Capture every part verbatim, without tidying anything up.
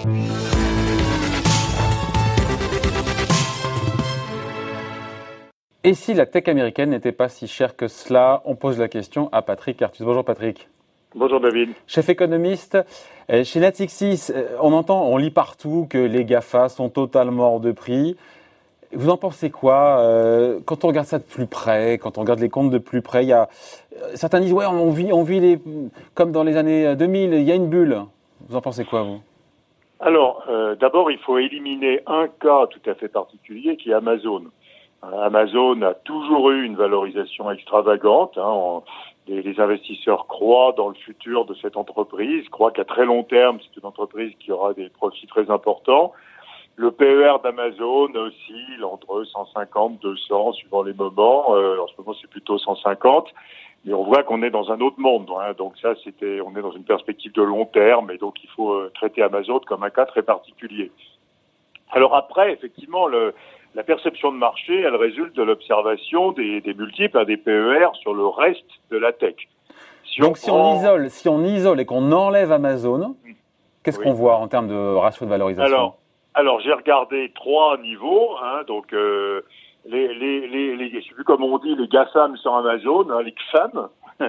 Et si la tech américaine n'était pas si chère que cela? On pose la question à Patrick Artus. Bonjour Patrick. Bonjour David. Chef économiste, chez Natixis, on entend, on lit partout que les GAFA sont totalement hors de prix. Vous en pensez quoi euh, quand on regarde ça de plus près, quand on regarde les comptes de plus près? Il y a, certains disent ouais, on vit, on vit les, comme dans les années deux mille, il y a une bulle. Vous en pensez quoi, vous? Alors, euh, d'abord, il faut éliminer un cas tout à fait particulier qui est Amazon. Amazon a toujours eu une valorisation extravagante. Hein, en, les, les investisseurs croient dans le futur de cette entreprise, croient qu'à très long terme, c'est une entreprise qui aura des profits très importants. Le P E R d'Amazon oscille entre cent cinquante, deux cents, suivant les moments. Euh, en ce moment, c'est plutôt cent cinquante. Mais on voit qu'on est dans un autre monde. Hein, donc ça, c'était, on est dans une perspective de long terme. Et donc, il faut euh, traiter Amazon comme un cas très particulier. Alors après, effectivement, le... la perception de marché, elle résulte de l'observation des, des multiples, hein, des P E R sur le reste de la tech. Si Donc on si, prend... on isole, si on isole et qu'on enlève Amazon, qu'est-ce oui. qu'on voit en termes de ratio de valorisation? Alors, alors j'ai regardé trois niveaux. Hein, donc, euh, les, les, les, les, je sais plus comment on dit, les GAFAM sur Amazon, hein, les G F A M.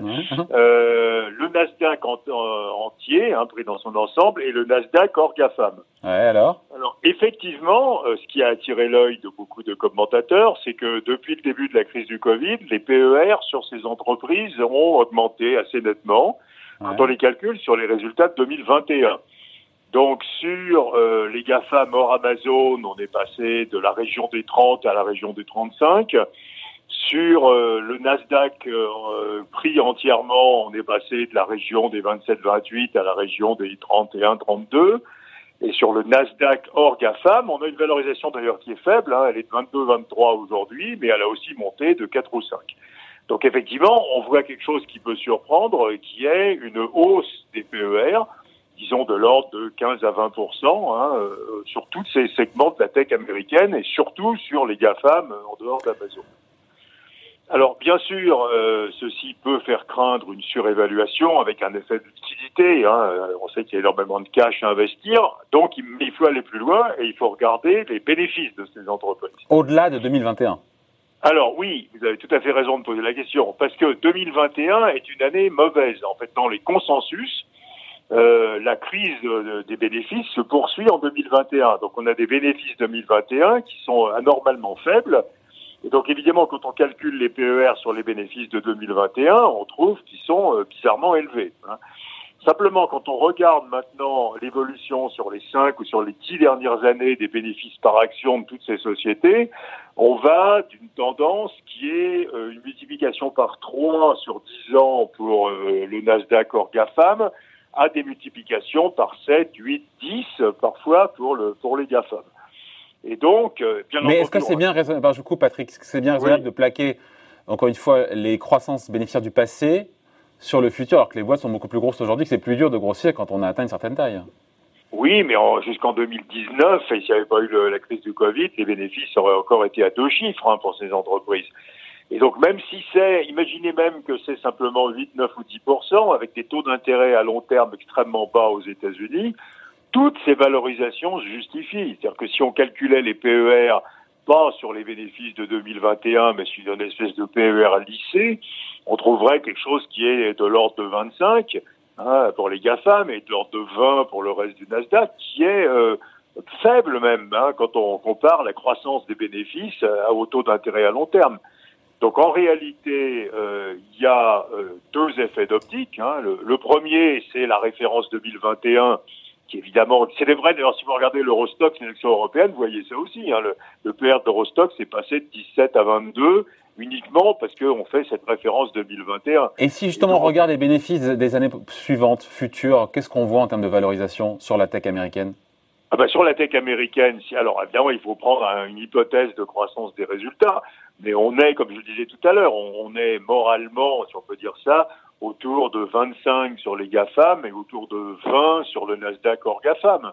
euh, le Nasdaq en, euh, entier, hein, pris dans son ensemble, et le Nasdaq hors GAFAM. Ouais, alors Alors, effectivement, euh, ce qui a attiré l'œil de beaucoup de commentateurs, c'est que depuis le début de la crise du Covid, les P E R sur ces entreprises ont augmenté assez nettement ouais. quand on les calcule sur les résultats de deux mille vingt et un. Donc, sur euh, les GAFAM hors Amazon, on est passé de la région des trente à la région des trente-cinq. Sur euh, le Nasdaq euh, pris entièrement, on est passé de la région des vingt-sept vingt-huit à la région des trente et un trente-deux. Et sur le Nasdaq hors GAFAM, on a une valorisation d'ailleurs qui est faible, hein, elle est de vingt-deux vingt-trois aujourd'hui, mais elle a aussi monté de quatre ou cinq. Donc effectivement, on voit quelque chose qui peut surprendre, qui est une hausse des P E R, disons de l'ordre de quinze à vingt pour cent, hein, euh, sur tous ces segments de la tech américaine et surtout sur les GAFAM euh, en dehors d'Amazon. Alors, bien sûr, euh, ceci peut faire craindre une surévaluation avec un effet de liquidité. Hein. On sait qu'il y a énormément de cash à investir. Donc, il, il faut aller plus loin et il faut regarder les bénéfices de ces entreprises. Au-delà de deux mille vingt et un. Alors, oui, vous avez tout à fait raison de poser la question. Parce que deux mille vingt et un est une année mauvaise. En fait, dans les consensus, euh, la crise de, des bénéfices se poursuit en deux mille vingt et un. Donc, on a des bénéfices deux mille vingt et un qui sont anormalement faibles. Et donc, évidemment, quand on calcule les P E R sur les bénéfices de deux mille vingt et un, on trouve qu'ils sont euh, bizarrement élevés. Hein. Simplement, quand on regarde maintenant l'évolution sur les cinq ou sur les dix dernières années des bénéfices par action de toutes ces sociétés, on va d'une tendance qui est euh, une multiplication par trois sur dix ans pour euh, le Nasdaq hors GAFAM, à des multiplications par sept, huit, dix parfois pour, le, pour les GAFAM. Et donc, euh, bien Mais est-ce que c'est bien raisonnable, je coupe Patrick, est-ce que c'est bien raisonnable oui. de plaquer, encore une fois, les croissances bénéficiaires du passé sur le futur, alors que les boîtes sont beaucoup plus grosses aujourd'hui, que c'est plus dur de grossir quand on a atteint une certaine taille? Oui, mais en, jusqu'en deux mille dix-neuf, et s'il n'y avait pas eu le, la crise du Covid, les bénéfices auraient encore été à deux chiffres hein, pour ces entreprises. Et donc, même si c'est, imaginez même que c'est simplement huit, neuf ou dix pour cent, avec des taux d'intérêt à long terme extrêmement bas aux États-Unis, toutes ces valorisations se justifient. C'est-à-dire que si on calculait les P E R, pas sur les bénéfices de deux mille vingt et un, mais sur une espèce de P E R lissé, on trouverait quelque chose qui est de l'ordre de vingt-cinq hein, pour les GAFAM et de l'ordre de vingt pour le reste du Nasdaq, qui est euh, faible même hein, quand on compare la croissance des bénéfices à, au taux d'intérêt à long terme. Donc en réalité, euh, il y a euh, deux effets d'optique. Hein. Le, le premier, c'est la référence deux mille vingt et un, qui évidemment, c'est vrai, d'ailleurs si vous regardez l'Eurostoxx, l'élection européenne, vous voyez ça aussi, hein, le, le P R d'Eurostoxx est passé de dix-sept à vingt-deux, uniquement parce qu'on fait cette référence deux mille vingt et un. Et si justement et donc, on regarde les bénéfices des années suivantes, futures, qu'est-ce qu'on voit en termes de valorisation sur la tech américaine? Ah ben, sur la tech américaine, si, alors évidemment il faut prendre un, une hypothèse de croissance des résultats, mais on est, comme je le disais tout à l'heure, on, on est moralement, si on peut dire ça, autour de vingt-cinq sur les GAFAM et autour de vingt sur le Nasdaq hors GAFAM.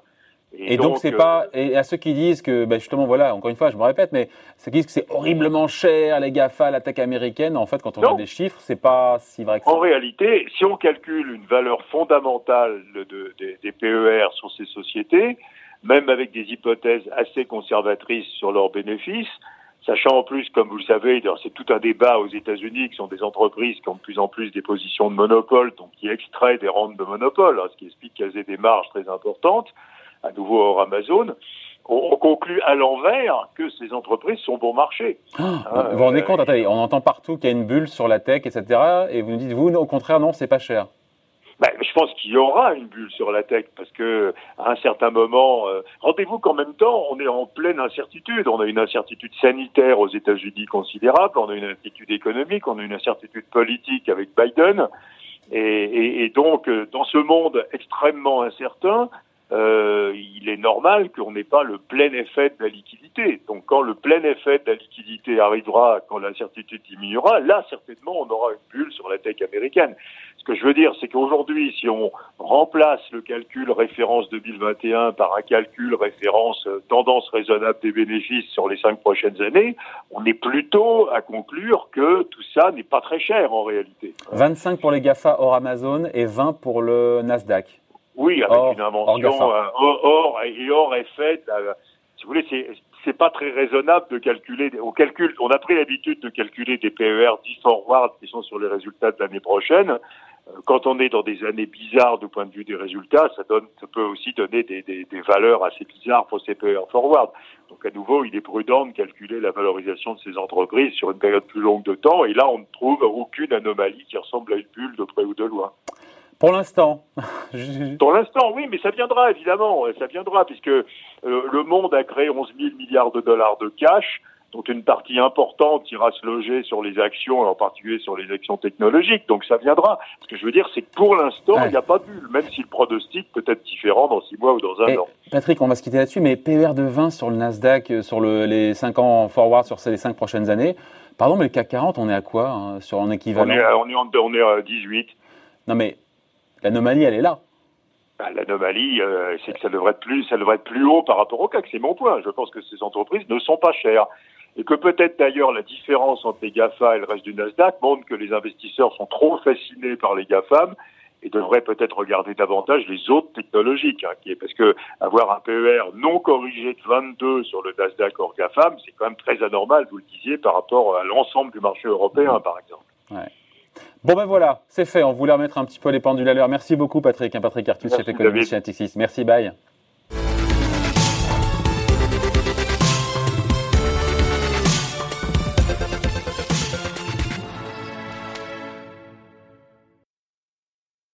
Et, et donc, donc c'est euh, pas. Et à ceux qui disent que, ben justement, voilà, encore une fois, je me répète, mais ceux qui disent que c'est horriblement cher, les GAFA, la tech américaine, en fait, quand on non. regarde les chiffres, c'est pas si vrai que ça. En réalité, si on calcule une valeur fondamentale de, de, de, des P E R sur ces sociétés, même avec des hypothèses assez conservatrices sur leurs bénéfices, sachant en plus, comme vous le savez, c'est tout un débat aux États-Unis, qui sont des entreprises qui ont de plus en plus des positions de monopole, donc qui extraient des rentes de monopole, hein, ce qui explique qu'elles aient des marges très importantes, à nouveau hors Amazon. On conclut à l'envers que ces entreprises sont bon marché. Oh, hein, vous vous rendez compte, attendez, on entend partout qu'il y a une bulle sur la tech, et cetera. Et vous nous dites, vous, au contraire, non, c'est pas cher. Ben, je pense qu'il y aura une bulle sur la tech parce que à un certain moment, euh, rendez-vous qu'en même temps, on est en pleine incertitude. On a une incertitude sanitaire aux États-Unis considérable, on a une incertitude économique, on a une incertitude politique avec Biden. Et, et, et donc, dans ce monde extrêmement incertain, Euh, il est normal qu'on n'ait pas le plein effet de la liquidité. Donc quand le plein effet de la liquidité arrivera, quand l'incertitude diminuera, là certainement on aura une bulle sur la tech américaine. Ce que je veux dire, c'est qu'aujourd'hui, si on remplace le calcul référence deux mille vingt et un par un calcul référence tendance raisonnable des bénéfices sur les cinq prochaines années, on est plutôt à conclure que tout ça n'est pas très cher en réalité. vingt-cinq pour les GAFA hors Amazon et vingt pour le Nasdaq. Oui, avec or, une invention hors, hors et hors effet. Euh, si vous voulez, c'est c'est pas très raisonnable de calculer. On calcule, on a pris l'habitude de calculer des P E R dits forward qui sont sur les résultats de l'année prochaine. Quand on est dans des années bizarres du point de vue des résultats, ça donne, ça peut aussi donner des, des, des valeurs assez bizarres pour ces P E R forward. Donc à nouveau, il est prudent de calculer la valorisation de ces entreprises sur une période plus longue de temps. Et là, on ne trouve aucune anomalie qui ressemble à une bulle de près ou de loin. Pour l'instant. Pour l'instant, oui, mais ça viendra, évidemment. Ça viendra, puisque euh, le monde a créé onze mille milliards de dollars de cash, dont une partie importante ira se loger sur les actions, et en particulier sur les actions technologiques. Donc ça viendra. Ce que je veux dire, c'est que pour l'instant, il ouais. n'y a pas de bulle, même si le pronostic peut être différent dans six mois ou dans un et an. Patrick, on va se quitter là-dessus, mais P E R de vingt sur le Nasdaq, sur le, les cinq ans forward sur les cinq prochaines années. Pardon, mais le C A C quarante, on est à quoi hein, sur un équivalent? On est à, on est en, on est à dix-huit. Non mais l'anomalie, elle est là. Ben, l'anomalie, euh, c'est que ça devrait être plus, ça devrait être plus haut par rapport au C A C. C'est mon point. Je pense que ces entreprises ne sont pas chères. Et que peut-être d'ailleurs la différence entre les GAFA et le reste du Nasdaq montre que les investisseurs sont trop fascinés par les GAFAM et devraient peut-être regarder davantage les autres technologiques. Hein, qui est, parce que avoir un P E R non corrigé de vingt-deux sur le Nasdaq hors GAFAM, c'est quand même très anormal, vous le disiez, par rapport à l'ensemble du marché européen, par exemple. Ouais. Bon ben voilà, c'est fait. On voulait remettre un petit peu les pendules à l'heure. Merci beaucoup Patrick. Patrick Artus, chef économiste chez Natixis. Merci, bye.